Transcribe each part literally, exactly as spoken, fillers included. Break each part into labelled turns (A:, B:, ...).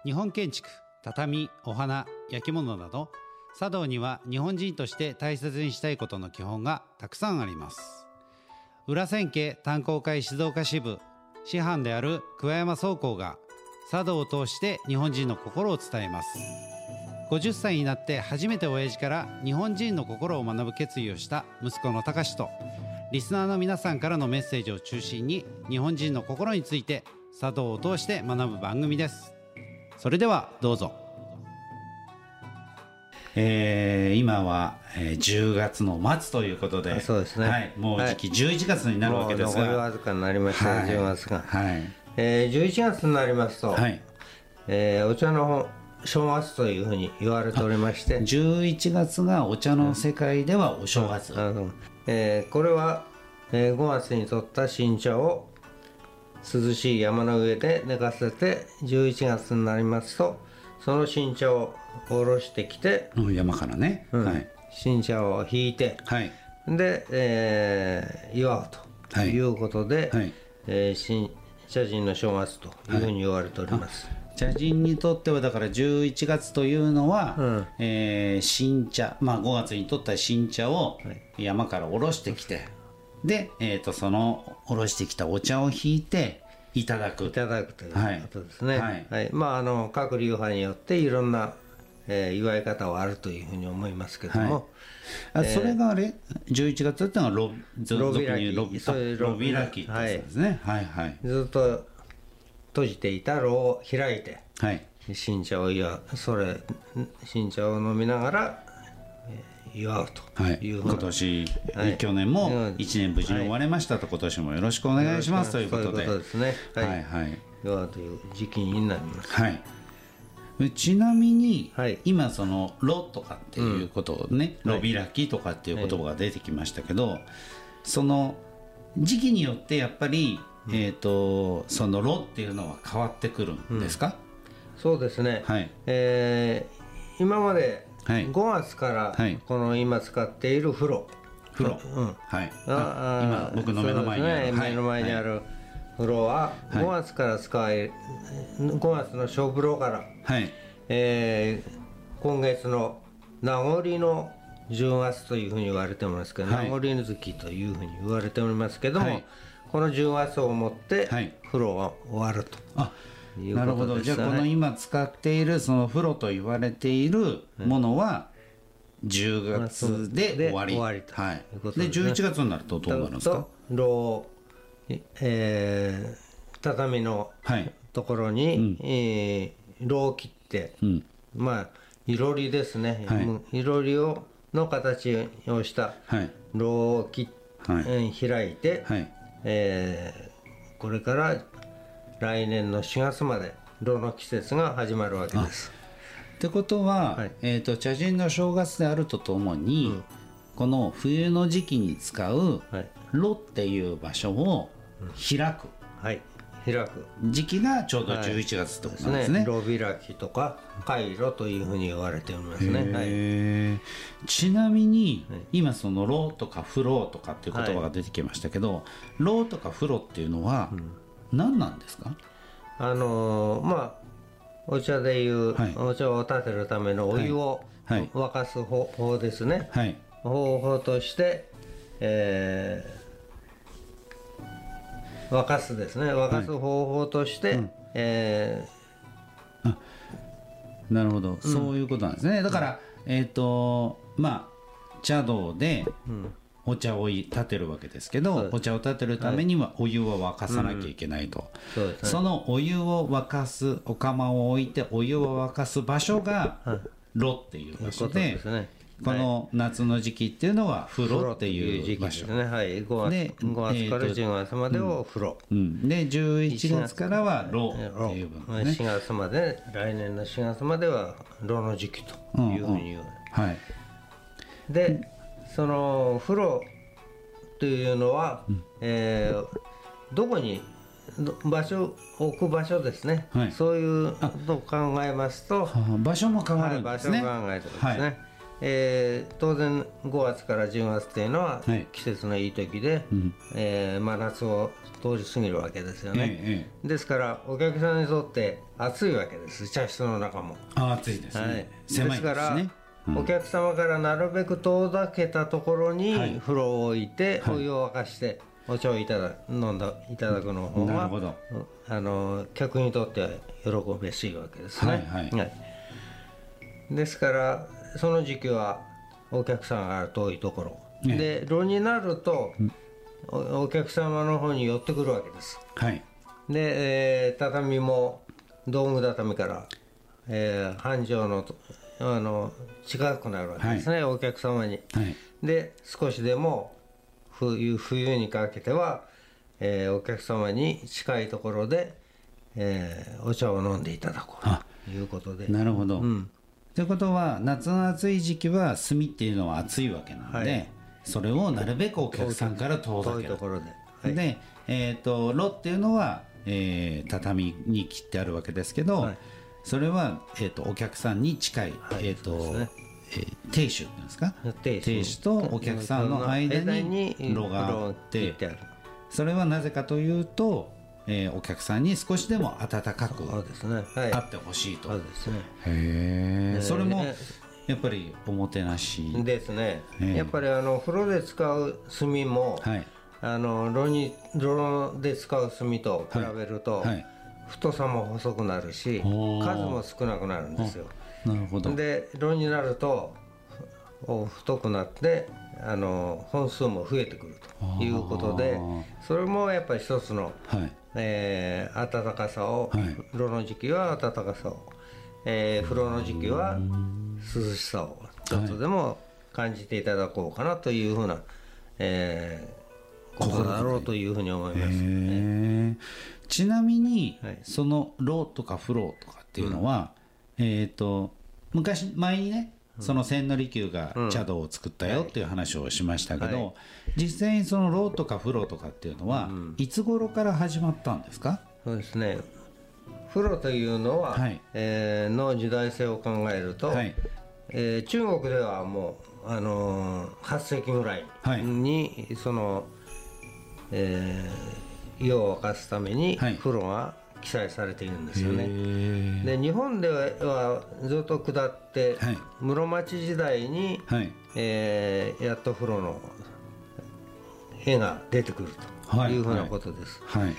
A: 日本建築、畳、お花、焼き物など茶道には日本人として大切にしたいことの基本がたくさんあります。裏千家炭鉱会静岡支部師範である桑山宗光が茶道を通して日本人の心を伝えます。ごじゅっさいになって初めて親父から日本人の心を学ぶ決意をした息子の隆と、リスナーの皆さんからのメッセージを中心に日本人の心について茶道を通して学ぶ番組です。それではどうぞ。えー、今は、えー、じゅうがつの末ということで、
B: そうですね、
A: はい、もうじきじゅういちがつになるわけですが、
B: もう残りわずかになりました、はい、じゅうがつが、
A: はい
B: えー、じゅういちがつになりますと、はい、えー、お茶の正月というふうに言われておりまして、
A: じゅういちがつがお茶の世界ではお正月、
B: うんうん、えー、これは、えー、ごがつに取った新茶を涼しい山の上で寝かせて、じゅういちがつになりますとその新茶を下ろしてきて、
A: うん、山からね、
B: うん、
A: はい、
B: 新茶を引いて、はい、で、えー、祝うということで、はいはい、えー、新茶人の正月というふうに言われております、はい、
A: 茶人にとってはだからじゅういちがつというのは、うん、えー、新茶、まあ、ごがつに取った新茶を山から下ろしてきて、はい、で、えー、とその下ろしてきたお茶を引いていただく
B: いただくということですね、はいはい、まあ、あの各流派によっていろんな、えー、祝い方はあるというふうに思いますけども、はい、
A: あ、それがあれじゅういちがつっていうのはロ
B: ロビラキ、
A: ロビラキってやつですね、はいはいはい、
B: ずっと閉じていた炉を開いて、はい、新茶を祝う、それ新茶を飲みながら祝うという、
A: はい、今年、はい、去年もいちねん無事に終われましたと、はい、今年もよろしくお願いしますということで、
B: そういうことですね、はい、
A: はいはい、
B: 祝うという時期になります、
A: はい、ちなみに、はい、今その炉とかっていうことをね、炉、うん、開きとかっていう言葉が出てきましたけど、はい、その時期によってやっぱり、うん、えーと、その炉っていうのは変わってくるんですか？
B: うん、そうですね、はい、えー、今までごがつからこの今使っている風呂、
A: 風呂、うん、はい、あ、今僕の目の前にある、
B: ね、目の前にある風呂はごがつから使え、ごがつの小風呂から、はい、えー、今月の名残のじゅうがつというふうに言われてますけど、はい、名残月というふうに言われておりますけども、はい、このじゅうがつをもって風呂は終わると、
A: あ、なるほど。じゃあこの今使っているその風呂と言われているものはじゅうがつで終わり、
B: 終わりと、
A: はい、でじゅういちがつになるとどうなるんですか？
B: 炉、えー、畳のところに、はい、うん、えー、炉を切って、うん、まあいろりですね、はい、いろりをの形をした炉を切っ、はい、開いて、はい、えー、これから来年のしがつまで炉の季節が始まるわけです。
A: ってことは、はい、えーと、茶人の正月であるとともに、うん、この冬の時期に使う炉っていう場所を開く、
B: はいはい、開く
A: 時期がちょうどじゅういちがつってことなんですね。
B: 炉開きとか回炉というふうに言われておりますね。
A: はい、ちなみに、はい、今その炉とか風呂とかっていう言葉が出てきましたけど、はい、炉とか風呂っていうのは、うん、何なんですか？
B: あのー、まあお茶でいう、はい、お茶を立てるためのお湯を沸かす方法ですね、はい、方法として、えー、沸かすですね、沸かす方法として、はい、うん、え
A: ー、あ、なるほど、うん、そういうことなんですね。だから、うん、えっ、ー、とまあ茶道で、うん、お茶を立てるわけですけど、お茶を立てるためにはお湯を沸かさなきゃいけないと、はい、うん、 そ, ね、そのお湯を沸かすお釜を置いてお湯を沸かす場所が炉っていう場所 で,、はい、こ, ね、この夏の時期っていうのは風呂っていう場所、
B: はい、はい、ごがつ, でごがつからじゅうがつまでを風呂、
A: うんうん、でじゅういちがつからは炉っていう分、ね、
B: しがつまで、来年のしがつまでは炉の時期というふうに言う、うんうん、はい、でその風呂というのは、うん、えー、どこに場所置く場所ですね、はい、そういうのを考えますと、
A: 場所も変わるんですね、
B: はい、場所を考えてですね、はい、 えー、当然ごがつからじゅうがつというのは季節のいい時で、はい、えー、真夏を通り過ぎるわけですよね、ええ、ですからお客さんにとって暑いわけです。茶室の中も
A: あ暑いですね、はい、狭いですね。ですから、
B: うん、お客様からなるべく遠ざけたところに風呂を置いて、はい、お湯を沸かしてお茶をいただ飲んだいただくの方が、なるほど、あの客にとっては喜べしいわけですね、はいはいはい、ですからその時期はお客さんが遠いところ、ね、で炉になると、うん、お, お客様の方に寄ってくるわけです、はい、で、えー、畳も道具畳から、えー、繁盛のあの近くなるわけですね、はい、お客様に、はい、で少しでも冬, 冬にかけては、えー、お客様に近いところで、えー、お茶を飲んでいただこうということで。
A: なるほど、うん、ということは夏の暑い時期は炭っていうのは暑いわけなので、はい、それをなるべくお客さんから遠ざける、遠いところで、はい、で、えーと、炉っていうのは、えー、畳に切ってあるわけですけど、はい、それは、えーと、お客さんに近い、はい、えーとえー、亭主ですか、亭主とお客さんの間に炉があって、それはなぜかというと、えー、お客さんに少しでも温かくあってほしいと。そうですね、へえ、それもやっぱりおもてなし
B: ですね。やっぱりあの風呂で使う炭も、はい、あの炉に炉で使う炭と比べると、はいはい、太さも細くなるし数も少なくなるんですよ。なるほど。で炉になると太くなってあの本数も増えてくるということで、それもやっぱり一つの、はい、えー、暖かさを、はい、炉の時期は暖かさを、えー、風呂の時期は涼しさをちょっとでも感じていただこうかなというふうな、えー、ことだろうというふうに思います、ね、
A: ちなみに、はい、その炉とか風呂とかっていうのは、うん、えーと昔前にねその千利休が茶道を作ったよっていう話をしましたけど、うんはい、実際にその炉とか風呂とかっていうのは、うん、いつ頃から始まったんですか？
B: そうですね、風呂というのは、はい、えー、の時代性を考えると、はい、えー、中国ではもう、あのー、はっせいきぐらいに、はい、その、えー、湯を沸かすために風呂が記載されているんですよね。で日本ではずっと下って、はい、室町時代に、はい、えー、やっと風呂の絵が出てくるというふうなことです、はいはい、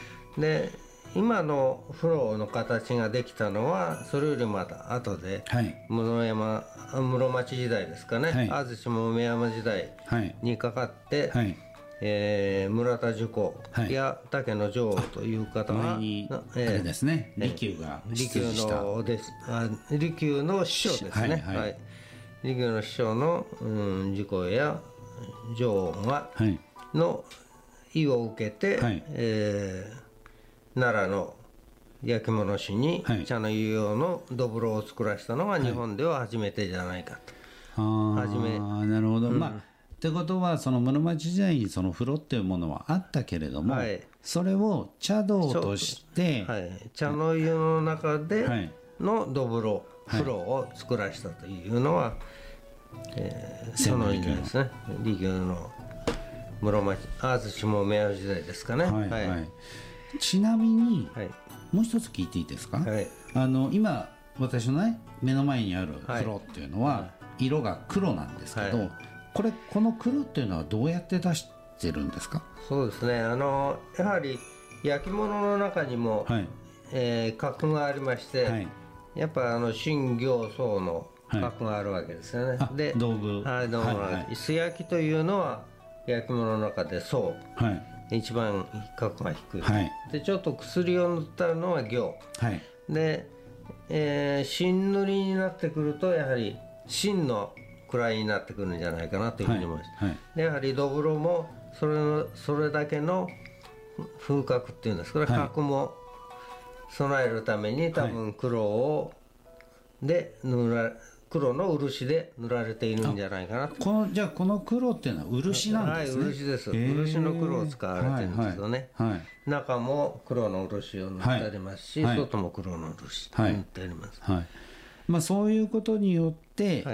B: で今の風呂の形ができたのはそれよりまた後で、はい、室山室町時代ですかね、はい、安土桃山時代にかかって、はい、えー、村田寿子や竹野城という方が、
A: はい、あれですね、利休が出自した
B: 利休のですあ利休の師匠ですね、はいはいはい、利休の師匠の、うん、寿子や城がの意を受けて、はい、えー、奈良の焼き物師に茶の湯用のどぶろを作らせたのが日本では初めてじゃないかと、
A: はい、初めあなるほど、うん、まあってことはその室町時代にその風呂っていうものはあったけれども、はい、それを茶道として、
B: はい、茶の湯の中でのどぶろ、はい、風呂を作らせたというのは、えー、その意味ですね。利休の室町安土桃山時代ですかね、はいはいはい、
A: ちなみに、はい、もう一つ聞いていいですか、はい、あの今私のね目の前にある風呂っていうのは、はい、色が黒なんですけど、はい、これこの黒っていうのはどうやって出してるんですか？
B: そうですね、あのやはり焼き物の中にも、はい、えー、格がありまして、はい、やっぱあの真行僧の格があるわけですよね、はい、で
A: 道具、
B: はい、道具、はいはい、素焼きというのは焼き物の中で僧、はい、一番格が低い、はい、でちょっと薬を塗ったのは行、はい、で、えー、真塗りになってくるとやはり真の位になってくるんじゃないかなというふうに思います、はいはい、でやはりどぶろもそれのそれだけの風格っていうんですか、格も備えるために多分黒をで塗ら黒の漆で塗られているんじゃないかなと。
A: このじゃあこの黒っていうのは漆なんですね。
B: はい、漆です。漆の黒を使われてるんですよね、はいはい、中も黒の漆を塗ってありますし、はい、外も黒の漆を塗ってあります、はいはい、
A: まあ、そういうことによって、はい、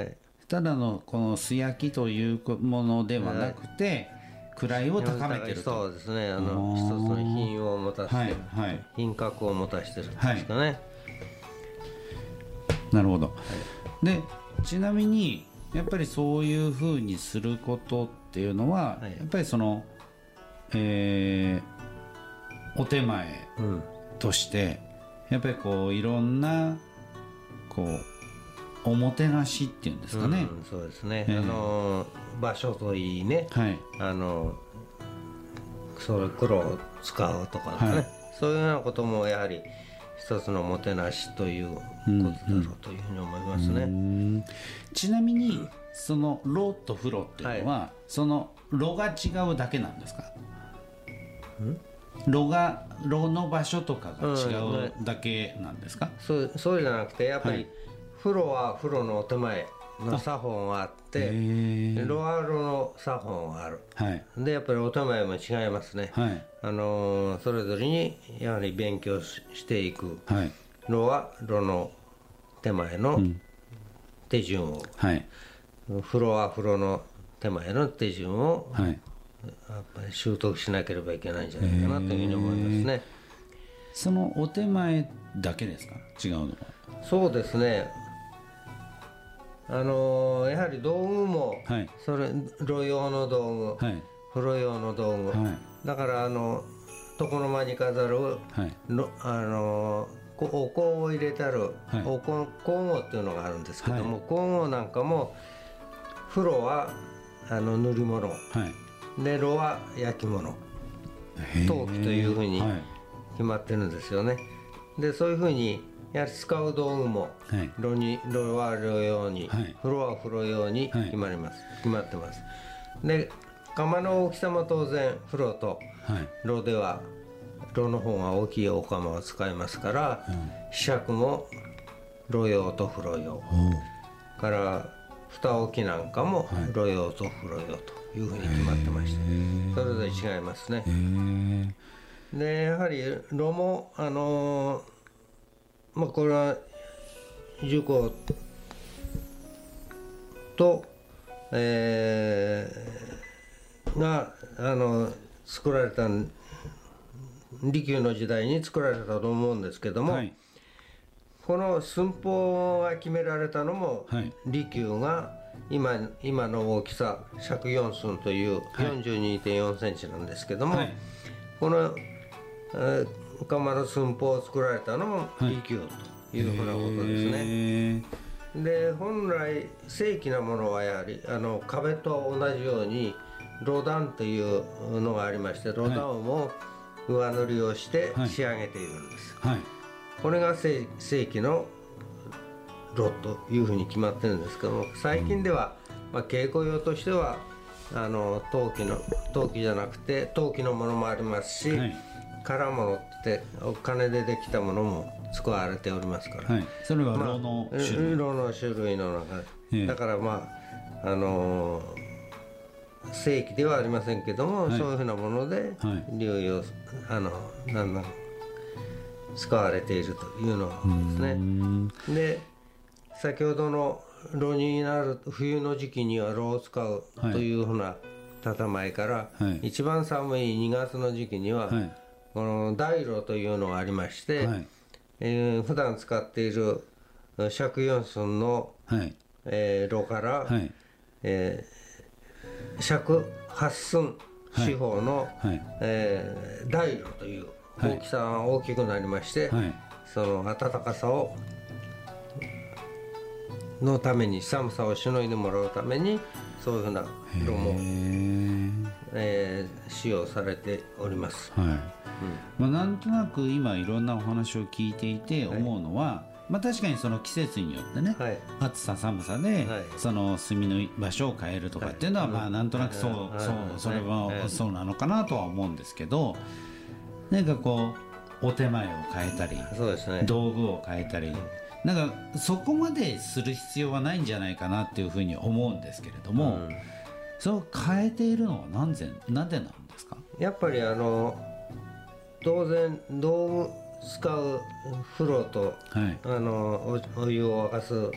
A: ただのこの素焼きというものではなくて、はい、位を高めてると。
B: そうですね、あの一つの品を持たせて、はいはい、品格を持たせてるんですかね、はい、
A: なるほど、はい、でちなみにやっぱりそういうふうにすることっていうのは、はい、やっぱりその、えー、お手前として、うん、やっぱりこういろんなこうおもてなしっていうんですかね、
B: うん、そうですね、えー、あの場所といいね、はい、あのそれ黒を使うとかですね、はい、そういうようなこともやはり一つのもてなしということだろうというふうに思いますね、うんうん、
A: ちなみにその炉と風呂っていうのは、はい、その炉が違うだけなんですか？炉が炉の場所とかが違うだけなんですか？
B: うん、そう、そうじゃなくてやっぱり、はい、風呂は風呂のお手前の作法があって炉は炉の作法がある、はい、でやっぱりお手前も違いますね、はい、あのー、それぞれにやはり勉強していく、はい、炉は炉の手前の手順を、はい、風呂は風呂の手前の手順を、はい、やっぱり習得しなければいけないんじゃないかなというふうに思いますね。
A: そのお手前だけですか？違うのは。
B: そうですね、あのー、やはり道具も、はい、それ炉用の道具、はい、風呂用の道具、はい、だからあの床の間に飾る、はい、あのー、お香を入れてある、はい、お香香合っていうのがあるんですけども、はい、香合なんかも風呂はあの塗り物、はい、で炉は焼き物、陶器というふうに決まってるんですよね。でそういうふうにやはり使う道具も、はい、炉に炉は炉用に、はい、風呂は風呂用に決まります、はい、決まってます。で釜の大きさも当然風呂と炉では炉の方が大きいお釜を使いますから、うん、ひしゃくも炉用と風呂用、うん、から蓋置きなんかも炉用と風呂用というふうに決まってまして、それぞれ違いますね。でやはり炉もあのーまあ、これは樹工と、えー、があの作られた利休の時代に作られたと思うんですけども、はい、この寸法が決められたのも、はい、利休が 今, 今の大きさ尺よん寸という よんじゅうにてんよんセンチなんですけども、はい、この、えー釜の寸法を作られたのも利休というふうなことですね、はい、で本来正規なものはやはりあの壁と同じように炉壇というのがありまして、炉壇も上塗りをして仕上げているんです、はいはい、これが 正, 正規の炉というふうに決まってるんですけども、最近では、まあ、稽古用としてはあの陶器の陶器じゃなくて陶器のものもありますし、はい、空物ってお金でできたものも使われておりますから、はい、
A: それは炉の種類、
B: まあ、炉の種類の中で、ええ、だからまああのー、正規ではありませんけども、はい、そういうふうなもので流用、はい、あのなんなん使われているというのですね。で先ほどの炉になる冬の時期には炉を使うというふうな建前から、はい、一番寒いにがつの時期には、はい、この台炉というのがありまして、はい、えー、普段使っている尺よん寸の、はい、えー、炉から、はい、えー、尺はち寸四方の、はい、えー、台炉という大きさが大きくなりまして、はい、その暖かさをのために寒さをしのいでもらうためにそういうふうな炉も、えー、使用されております、はい、うん、
A: まあ、なんとなく今いろんなお話を聞いていて思うのは、はい、まあ、確かにその季節によってね、はい、暑さ寒さで、はい、その炭の場所を変えるとかっていうのは、はい、まあなんとなくそう、はい、そう、それはそうなのかなとは思うんですけど、なんかこうお手前を変えたり、
B: そうですね、
A: 道具を変えたり、うん、なんかそこまでする必要はないんじゃないかなっていうふうに思うんですけれども、うん、そう変えているのは何で、なんでなんですか？
B: やっぱりあの当然道具使う風呂と、はい、あの お, お湯を沸かす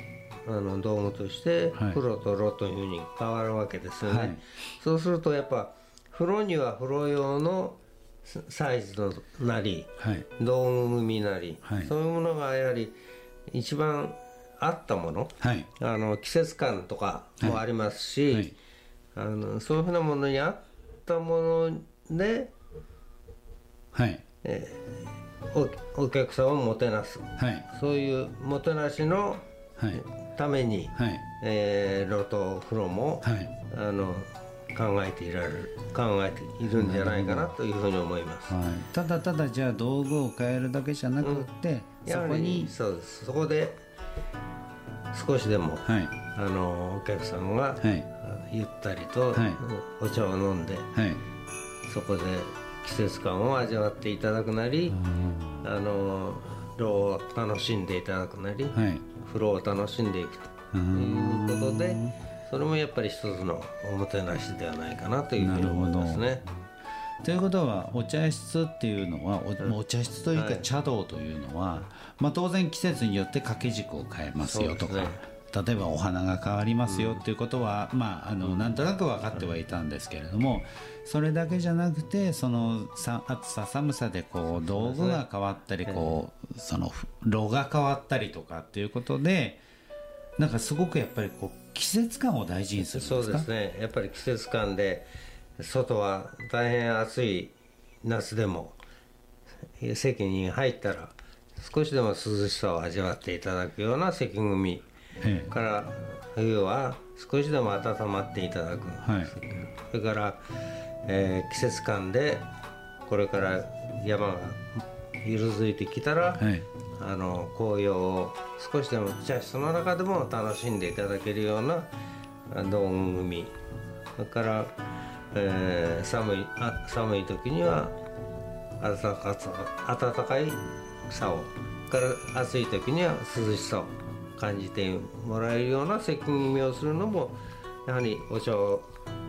B: あの道具として風呂と炉というふうに変わるわけですよね、はい、そうするとやっぱ風呂には風呂用のサイズのなり、はい、道具組なり、はい、そういうものがやはり一番合ったもの、はい、あの季節感とかもありますし、はいはい、あのそういうふうなものに合ったもので、はいえー、お, お客さんをもてなす、はい、そういうもてなしのために、はいえー、炉と風呂も、はい、あの考えていられる考えているんじゃないかなというふうに思います、はい、
A: ただただじゃあ道具を変えるだけじゃなくて、うん、そこに
B: そうですそこで少しでも、はい、あのお客さんが、はい、ゆったりとお茶を飲んで、はい、そこで季節感を味わっていただくなり、あの炉を楽しんでいただくなり、はい、風呂を楽しんでいくということで、それもやっぱり一つのおもてなしではないかなというふうに思いますね。
A: ということはお茶室っていうのは お, お茶室というか茶道というのは、はいまあ、当然季節によって掛け軸を変えますよとか、ね、例えばお花が変わりますよっていうことは、うんまあ、あのなんとなく分かってはいたんですけれども、それだけじゃなくてそのさ暑さ寒さでこう道具が変わったりこうその炉が変わったりとかっていうことでなんかすごくやっぱりこう季節感を大事にするんですか？
B: そうですね、やっぱり季節感で外は大変暑い夏でも席に入ったら少しでも涼しさを味わっていただくような席組から冬は少しでも温まっていただく、はい、それから、えー、季節感でこれから山が色づいてきたら、はい、あの紅葉を少しでも茶室の中でも楽しんでいただけるような道具組、それから、えー、寒いあ寒い時には暖かさ暖かいさをから暑い時には涼しさを感じてもらえるような席組をするのもやはりお茶を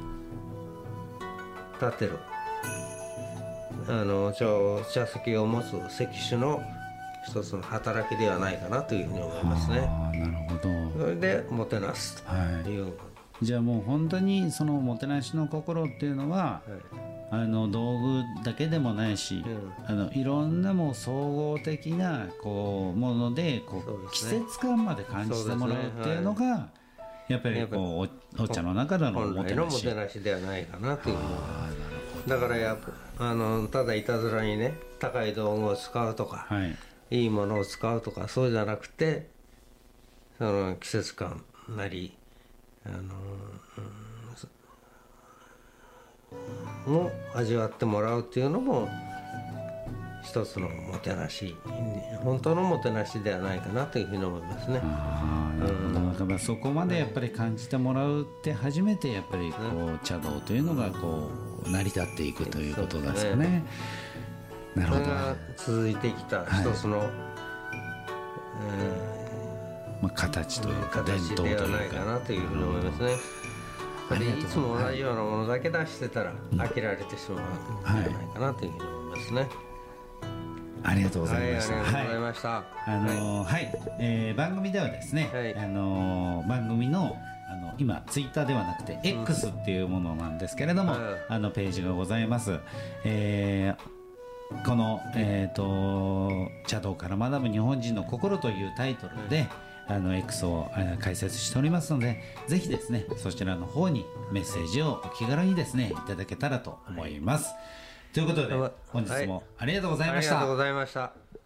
B: 立てるあのお茶を茶席を持つ席主の一つの働きではないかなというふうに思いますね。
A: あなるほど。
B: それでもてなすという、はい、
A: じゃあもう本当にそのもてなしの心っていうのは、はい、あの道具だけでもないし、うん、あのいろんなもう総合的なこうものでこう、ね、季節感まで感じてもらうっていうのが、ねはい、やっぱりこう お, お茶の中での
B: おもてなし本来のもてなしではないかなという。だからやっぱあのただいたずらにね高い道具を使うとか、はい、いいものを使うとかそうじゃなくてその季節感なりあの、うん、も味わってもらうっていうのも一つのもてなし本当のもてなしではないかなというふうに思いますね。
A: あなるほど、うん、だからそこまでやっぱり感じてもらうって初めてやっぱりこう、うん、茶道というのがこう成り立っていくということですよね。なるほど。それが
B: 続いてきた一つの、はい
A: えーまあ、形というか伝統というか
B: ではないかなというふうに思いますね。いつも同じようなものだけ出してたら飽きられてしまうんじゃないかなというふうに思いますね。
A: ありがとうございました。
B: はい、ありがとうございました。はい、
A: あのー、はい、えー、番組ではですね、はい、あのー、番組のあの今ツイッターではなくて X っていうものなんですけれども、うん、あのページがございます。えー、この、えーと、茶道から学ぶ日本人の心というタイトルで、うん、あの X を解説しておりますので、ぜひですねそちらの方にメッセージをお気軽にですねいただけたらと思います。ということで本日もありがとうございました。
B: ありがとうございました。